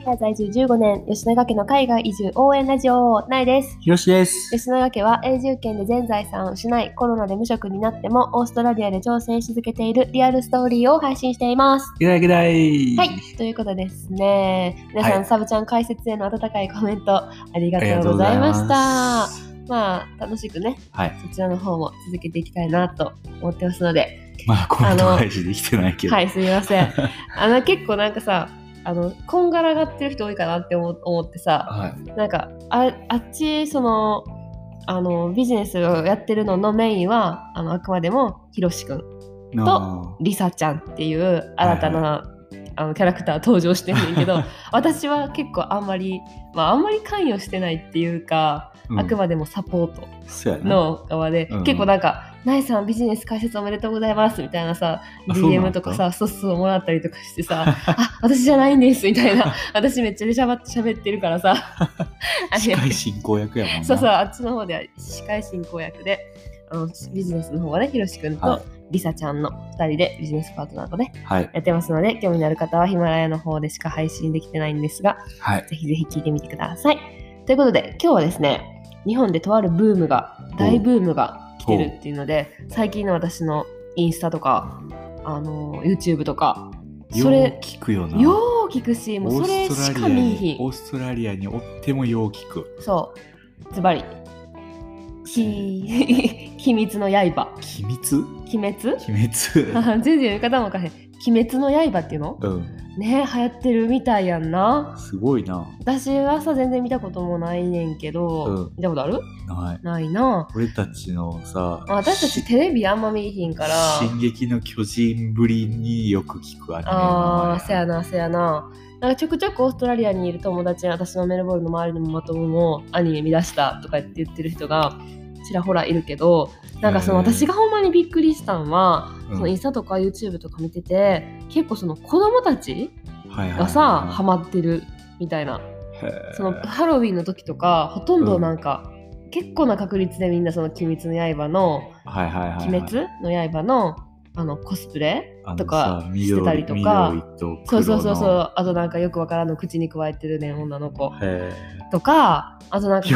ア在住15年、吉永家の海外移住応援ラジオ、なえです。 ひろしです。 吉永家は永住権で全財産を失い、コロナで無職になってもオーストラリアで挑戦し続けているリアルストーリーを配信しています。 ゲダゲダイ。 はい、ということですね。皆さん、サブちゃん解説への温かいコメントありがとうございました。まあ、楽しくね、そちらの方も続けていきたいなと思ってますので。 まあ、コメント返しできてないけど。 はい、すみません。結構なんかさ、こんがらがってる人多いかなって思ってさ、なんかあっちそのビジネスをやってるののメインはあくまでもひろしくんとりさちゃんっていう新たな、キャラクター登場してるんだけど私は結構あんまり関与してないっていうか、あくまでもサポートの側で、結構なんかなえさんビジネス開設おめでとうございますみたいなさ DM とかさそうもらったりとかしてさあ、私じゃないんですみたいな私めっちゃ喋ってるからさ司会進行役やもんな。 そうあっちの方では司会進行役でビジネスの方はねひろしくんとりさちゃんの2人でビジネスパートナーとね、やってますので、興味のある方はヒマラヤの方でしか配信できてないんですが、ぜひぜひ聞いてみてください。ということで今日はですね、日本でとある大ブームが来てるっていうので、最近の私のインスタとかYouTube とかそれ聞くよな。 よう聞くし、もうそれしか見えひん。 オーストラリアにおってもよう聞く。 そうズバリ鬼滅の刃。 鬼滅全然読み方も分からへん。鬼滅の刃っていうの、ね、流行ってるみたいやんな。 すごいな。 私はさ全然見たこともないねんけど、見たことある？ないな。 俺たちのさ、 私たちテレビあんま見えひんから進撃の巨人ぶりによく聞くアニメの。 せやな。なんかちょくちょくオーストラリアにいる友達、私のメルボルンの周りのまとももアニメ見出したとか言ってる人がちらほらいるけど、なんかその私がほんまにびっくりしたんは、そのインスタとか YouTube とか見てて、結構その子供たちがさ、ハマってるみたいな。そのハロウィンの時とかほとんどなんか、結構な確率でみんなその鬼滅の刃のコスプレとかしてたりとか、そうあとなんかよくわからんの口に加えてるね女の子とか、あとなんか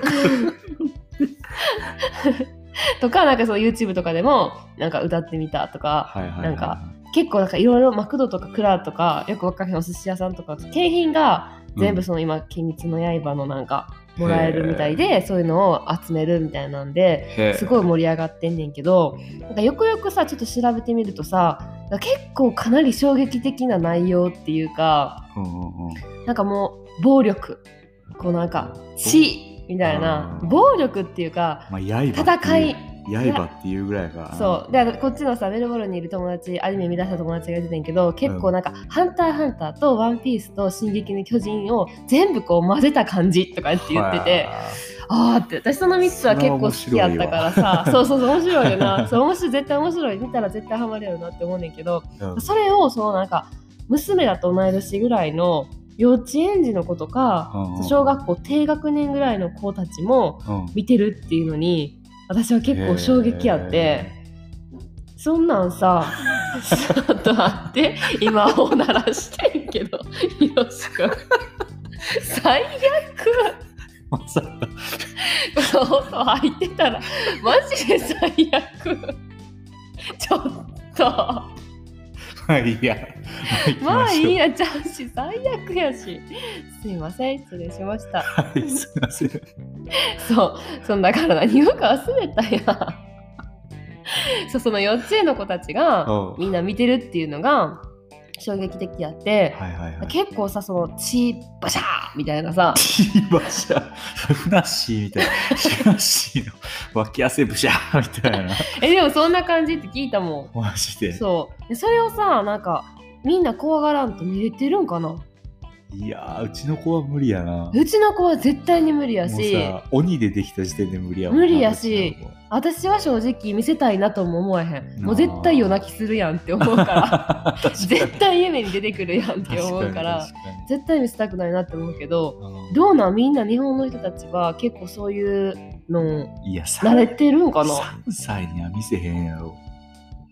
とかなんかそう YouTube とかでもなんか歌ってみたとか、なんか結構なんかいろいろマクドとかクラとかよくわかんないお寿司屋さんとか景品が全部その今鬼滅の刃のなんかもらえるみたいで、そういうのを集めるみたいなんですごい盛り上がってんねんけど、なんかよくよくさちょっと調べてみるとさ、結構かなり衝撃的な内容っていうか、なんかもう暴力、こうなんか血みたいな暴力っていうか、戦い刃っていうぐらいがそうで、こっちのさメルボルンにいる友達、アニメ見出した友達が言ってたんやけど、結構なんか、ハンターハンターとワンピースと進撃の巨人を全部こう混ぜた感じとかって言ってて、って私その3つは結構好きやったからさ、そう面白いよな。絶対面白い、見たら絶対ハマるよなって思うねんけど、それをそのなんか娘だと同い年ぐらいの幼稚園児の子とか、小学校低学年ぐらいの子たちも見てるっていうのに、私は結構衝撃あって、そんなんさちょっと待って、今おならしてんけどひろしくん最悪。 まさかこの音入ってたらマジで最悪。ちょっとまあいいやちゃうし、最悪やし、すいません、失礼しました。 すいません。 そんだから何言うか忘れたやん。その幼稚園の子たちがみんな見てるっていうのが衝撃的やって、結構さ、その血バシャーみたいなさ、 血バシャー、フナッシーみたいな、フナッシーの脇汗ブシャーみたいな。 でもそんな感じって聞いたもん。 マジで。 それをさ、なんかみんな怖がらんと見れてるんかな。 いやうちの子は無理やな。 うちの子は絶対に無理やし、 鬼でできた時点で無理やもん。 無理やし、私は正直見せたいなとも思えへん。もう絶対夜泣きするやんって思うから絶対夢に出てくるやんって思うから絶対見せたくないなって思うけど、どうなん、みんな日本の人たちは結構そういうの慣れてるんかな。 3歳には見せへんやろ。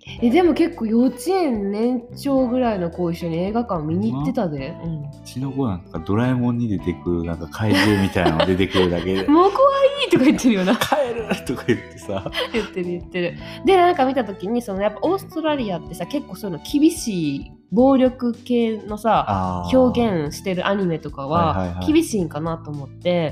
でも結構幼稚園年長ぐらいの子一緒に映画館見に行ってたで、 うちの子なんかドラえもんに出てくるなんか怪獣みたいなのが出てくるだけでもう怖いとか言ってるよな帰るとか言ってさ言ってるでなんか見た時にそのやっぱオーストラリアってさ結構そういうの厳しい暴力系のさ表現してるアニメとかは厳しいんかなと思って、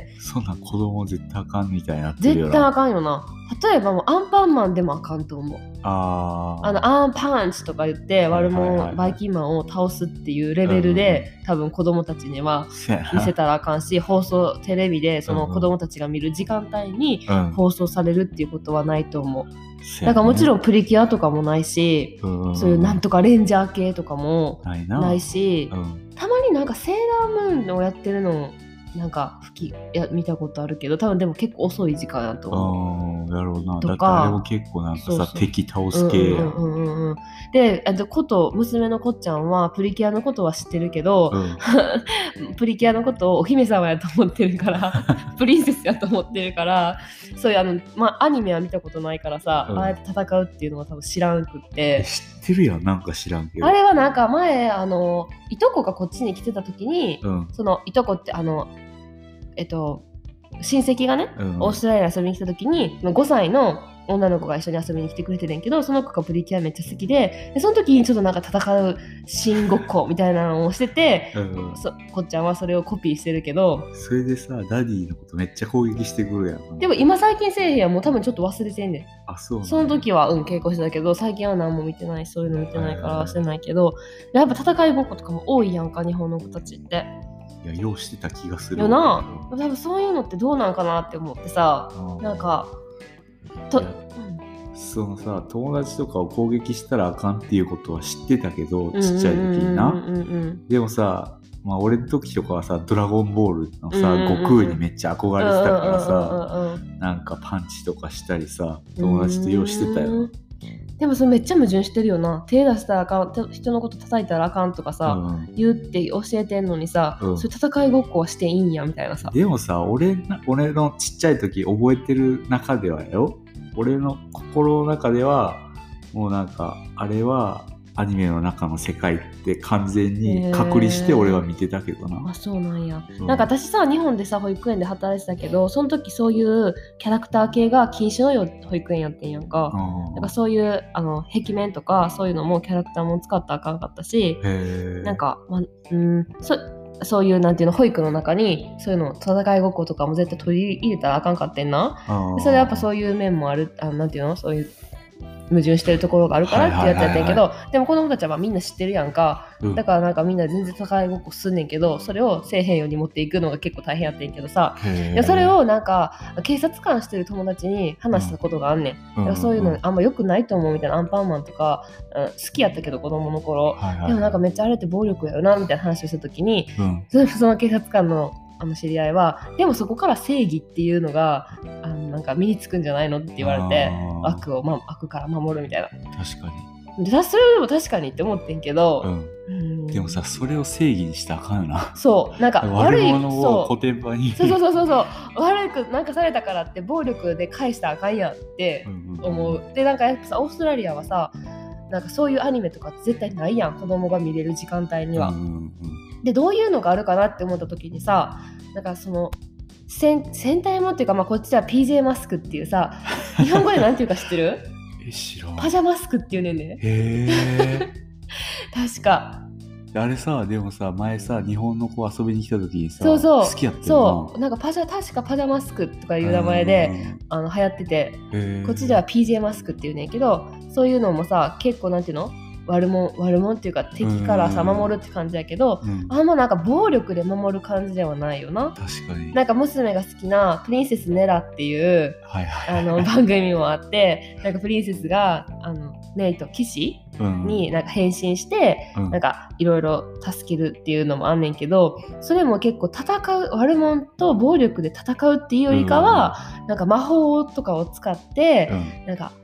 そんな子供絶対あかんみたいになってるよな。 絶対あかんよな。例えばもうアンパンマンでもあかんと思う。アンパンチとか言って悪者バイキンマンを倒すっていうレベルで、多分子供たちには見せたらあかんし、放送テレビでその子供たちが見る時間帯に放送されるっていうことはないと思う。だからもちろんプリキュアとかもないし、そういうなんとかレンジャー系とかもないし、たまになんかセーラームーンをやってるのなんか見たことあるけど、多分でも結構遅い時間だと思う。 なるほどな。だってあれも結構なんかさ敵倒す系やん。 で娘のこっちゃんはプリキュアのことは知ってるけど、プリキュアのことをお姫様やと思ってるからプリンセスやと思ってるから、そういうアニメは見たことないからさ、ああやって戦うっていうのは多分知らんくって。 知ってるやん、なんか知らんけど。 あれはなんか前いとこがこっちに来てた時に、そのいとこって親戚がね、オーストラリアに遊びに来た時に5歳の女の子が一緒に遊びに来てくれてるんけど、その子がプリキュアめっちゃ好きで、その時にちょっとなんか戦うシーンごっこみたいなのをしてて、こっちゃんはそれをコピーしてるけど、 それでさダディのことめっちゃ攻撃してくるやん。 でも今最近せえへんやん、もう多分ちょっと忘れてんねん。 そうなんだ。 その時は稽古してたけど、最近は何も見てないし、そういうの見てないからしてないけど、やっぱ戦いごっことかも多いやんか、日本の子たちって。 いや、ようしてた気がするよな。多分そういうのってどうなんかなって思ってさ、なんかそのさ、友達とかを攻撃したらあかんっていうことは知ってたけど、ちっちゃい時にな。でもさ、俺の時とかはさ、ドラゴンボールのさ、悟空にめっちゃ憧れてたからさ、なんかパンチとかしたりさ、友達とようしてたよ。 でもそれめっちゃ矛盾してるよな。手出したらあかん、人のこと叩いたらあかんとかさ、言うって教えてんのにさ、そういう戦いごっこはしていいんやみたいなさ。 でもさ、俺のちっちゃい時覚えてる中ではよ、俺の心の中ではもうなんかあれはアニメの中の世界って完全に隔離して俺は見てたけどな。 そうなんや。なんか私さ、日本でさ保育園で働いてたけど、その時そういうキャラクター系が禁止の保育園やってんやんか。なんかそういう壁面とかそういうのもキャラクターも使ったらあかんかったし、なんかそういうなんていうの保育の中にそういうの戦いごっことかも絶対取り入れたらあかんかってんな。それやっぱそういう面もある、なんていうの、そういう矛盾してるところがあるからっていうやつやってんけど、でも子供たちはみんな知ってるやんか、だからなんかみんな全然戦いごっこすんねんけど、それをせえへんように持っていくのが結構大変やってんけどさ、それをなんか警察官してる友達に話したことがあんねん。だからそういうのあんま良くないと思うみたいな。アンパンマンとか、好きやったけど子供の頃、でもなんかめっちゃあれって暴力やよなみたいな話をした時に、その警察官の知り合いは、でもそこから正義っていうのがなんか身につくんじゃないのって言われて、悪から守るみたいな。 確かにそれでも確かにって思ってんけど、 でもさ、それを正義にしたらあかんよな。 そうなんか悪いものをコテンパンにそう悪くなんかされたからって暴力で返したらあかんやんって思う。でなんかやっぱさ、オーストラリアはさ、なんかそういうアニメとか絶対ないやん、子供が見れる時間帯には。でどういうのがあるかなって思った時にさ、なんかその戦隊もっていうか、こっちでは PJ マスクっていうさ、日本語でなんていうか知ってる？ 知らん。 パジャマスクっていうねんね。確か。 あれさ、でもさ、前さ、日本の子遊びに来た時にさ、 好きやったよな。 そう、なんか確かパジャマスクとかいう名前で流行ってて、こっちでは PJ マスクっていうねんけど、そういうのもさ、結構なんていうの、悪者っていうか敵からさ守るって感じやけど、あんまなんか暴力で守る感じではないよな。 確かに。 なんか娘が好きなプリンセスネラっていう番組もあって、なんかプリンセスがネイト騎士になんか変身して、なんかいろいろ助けるっていうのもあんねんけど、それも結構悪者と暴力で戦うっていうよりかは、なんか魔法とかを使って、なんか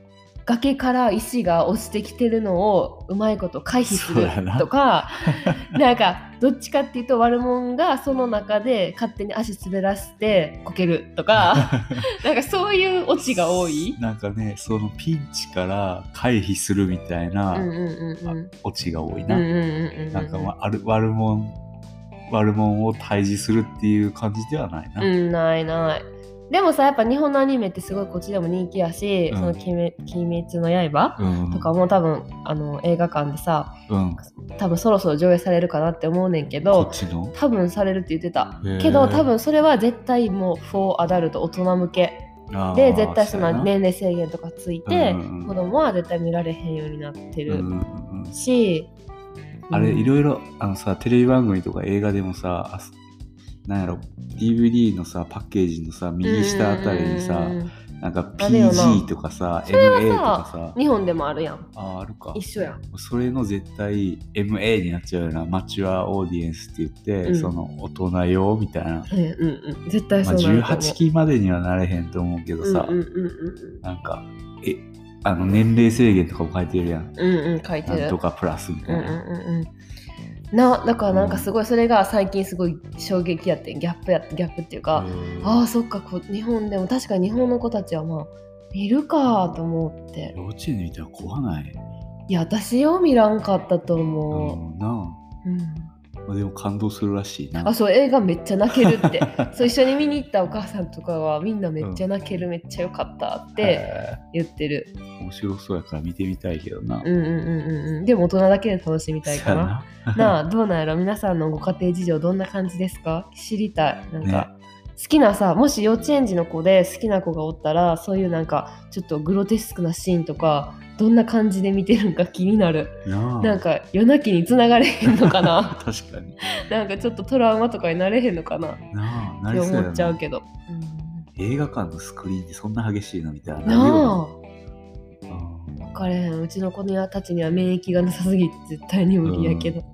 崖から石が落ちてきてるのをうまいこと回避するとかなんかどっちかっていうと悪者がその中で勝手に足滑らせてこけるとかなんかそういうオチが多い。 なんかね、そのピンチから回避するみたいなオチが多いな。なんか、悪者を退治するっていう感じではないな。 ないない。でもさ、やっぱ日本のアニメってすごいこっちでも人気やし、その鬼滅の刃とかも多分映画館でさ、多分そろそろ上映されるかなって思うねんけど、多分されるって言ってたけど、多分それは絶対もうフォーアダルト、大人向けで、絶対その年齢制限とかついて、子供は絶対見られへんようになってるし、 あれいろいろさ、テレビ番組とか映画でもさ、なんやろ DVD のさパッケージのさ右下あたりにさ、なんか PG とかさ MA とかさ、 日本でもあるやん。 あるか。 一緒やん。 それの絶対 MA になっちゃうようなマチュアオーディエンスって言って、その大人用みたいな、 絶対そうなると思う。 18期までにはなれへんと思うけどさ、なんか年齢制限とかも書いてるやん。 書いてる。 なんとかプラスみたいな。だからなんかすごいそれが最近すごい衝撃やってん。ギャップっていうか、そっか、日本でも確かに日本の子たちはまあ見るかと思って。 幼稚園で見たら怖ない？ いや、私よ見らんかったと思う。 でも感動するらしいな。 そう、映画めっちゃ泣けるってそう、一緒に見に行ったお母さんとかはみんなめっちゃ泣ける、めっちゃよかったって言ってる。 面白そうやから見てみたいけどな。 でも大人だけで楽しみたいかな。なあ、どうなんやろ、皆さんのご家庭事情どんな感じですか？知りたい。なんか、好きなさ、もし幼稚園児の子で好きな子がおったら、そういうなんかちょっとグロテスクなシーンとかどんな感じで見てるんか気になる。なんか夜泣きにつながれへんのかな確かに。 なんかちょっとトラウマとかになれへんのかなって思っちゃうけど、 映画館のスクリーンでそんな激しいのみたいな。 分かれへん。うちの子たちには免疫がなさすぎて絶対に無理やけど、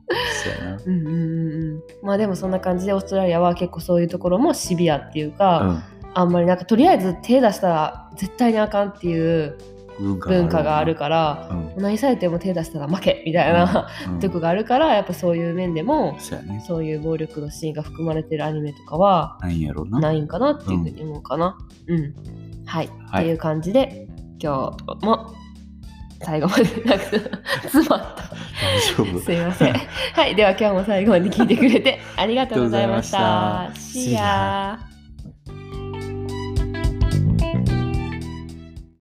まあでもそんな感じでオーストラリアは結構そういうところもシビアっていうか、あんまりなんかとりあえず手出したら絶対にあかんっていう文化があるから、何されても手出したら負けみたいな、とこがあるから、やっぱそういう面でもそういう暴力のシーンが含まれてるアニメとかはないんかなっていうふうに思うかな。はい、っていう感じで今日も最後までなんか詰まった。 大丈夫。 すいません。はい、では今日も最後まで聞いてくれてありがとうございました。See ya。